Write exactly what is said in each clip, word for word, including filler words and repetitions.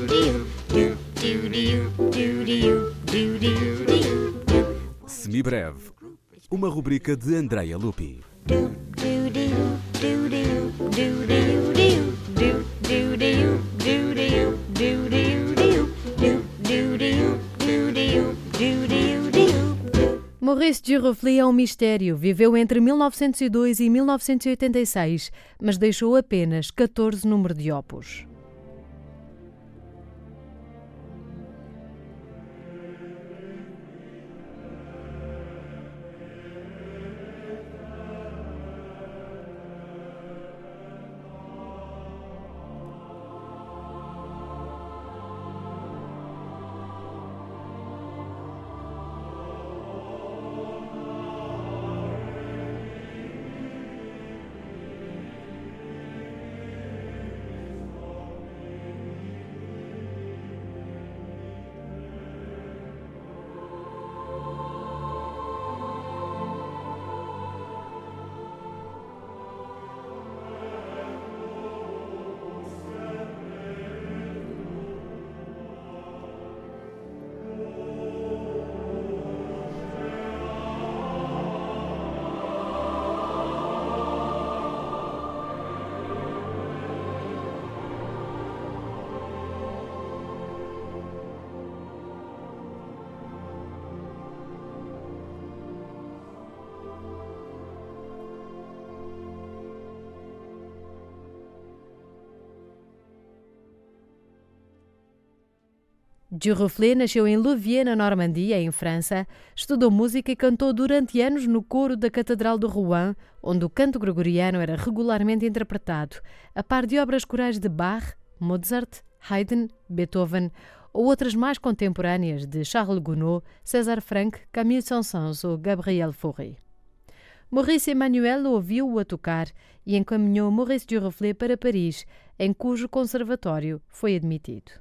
Semibreve, uma rubrica de Andrea Lupi. Maurice Giroflée é um mistério. Viveu entre mil novecentos e dois e mil novecentos e oitenta e seis, mas deixou apenas catorze números de opus. Giroflée nasceu em Louviers, na Normandia, em França, estudou música e cantou durante anos no coro da Catedral de Rouen, onde o canto gregoriano era regularmente interpretado, a par de obras corais de Bach, Mozart, Haydn, Beethoven ou outras mais contemporâneas de Charles Gounod, César Franck, Camille Saint-Saëns ou Gabriel Fauré. Maurice Emmanuel ouviu-o a tocar e encaminhou Maurice Giroflée para Paris, em cujo conservatório foi admitido.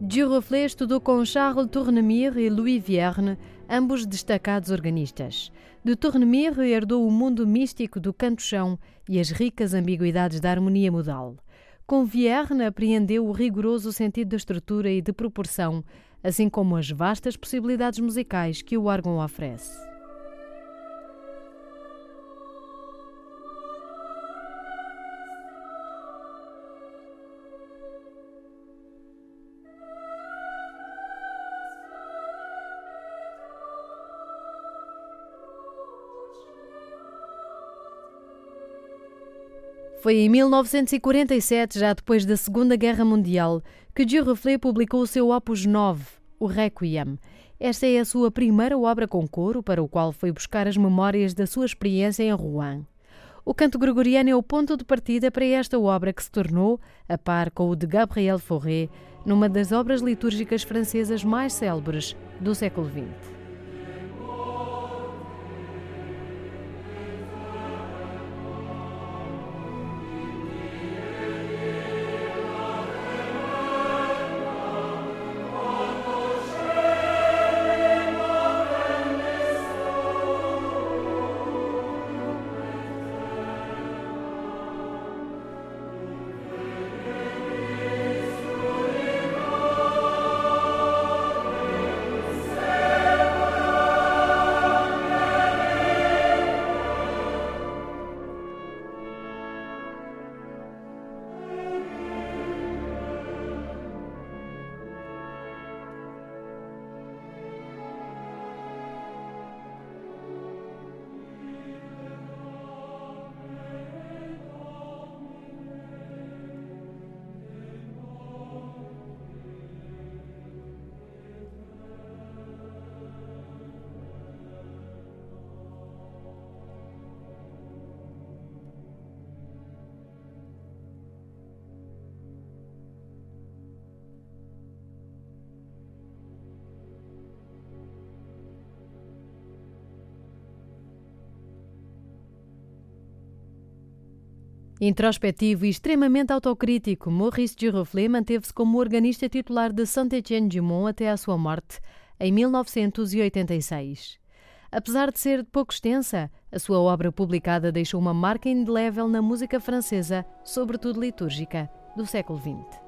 Giroflée estudou com Charles Tournemire e Louis Vierne, ambos destacados organistas. De Tournemire herdou o mundo místico do canto-chão e as ricas ambiguidades da harmonia modal. Com Vierne apreendeu o rigoroso sentido da estrutura e de proporção, assim como as vastas possibilidades musicais que o órgão oferece. Foi em mil novecentos e quarenta e sete, já depois da Segunda Guerra Mundial, que Giroflée publicou o seu opus nove, o Requiem. Esta é a sua primeira obra com coro, para o qual foi buscar as memórias da sua experiência em Rouen. O canto gregoriano é o ponto de partida para esta obra que se tornou, a par com o de Gabriel Fauré, numa das obras litúrgicas francesas mais célebres do século vinte. Introspectivo e extremamente autocrítico, Maurice Giroflée manteve-se como organista titular de Saint-Étienne-du-Mont até à sua morte, em mil novecentos e oitenta e seis. Apesar de ser pouco extensa, a sua obra publicada deixou uma marca indelével na música francesa, sobretudo litúrgica, do século vinte.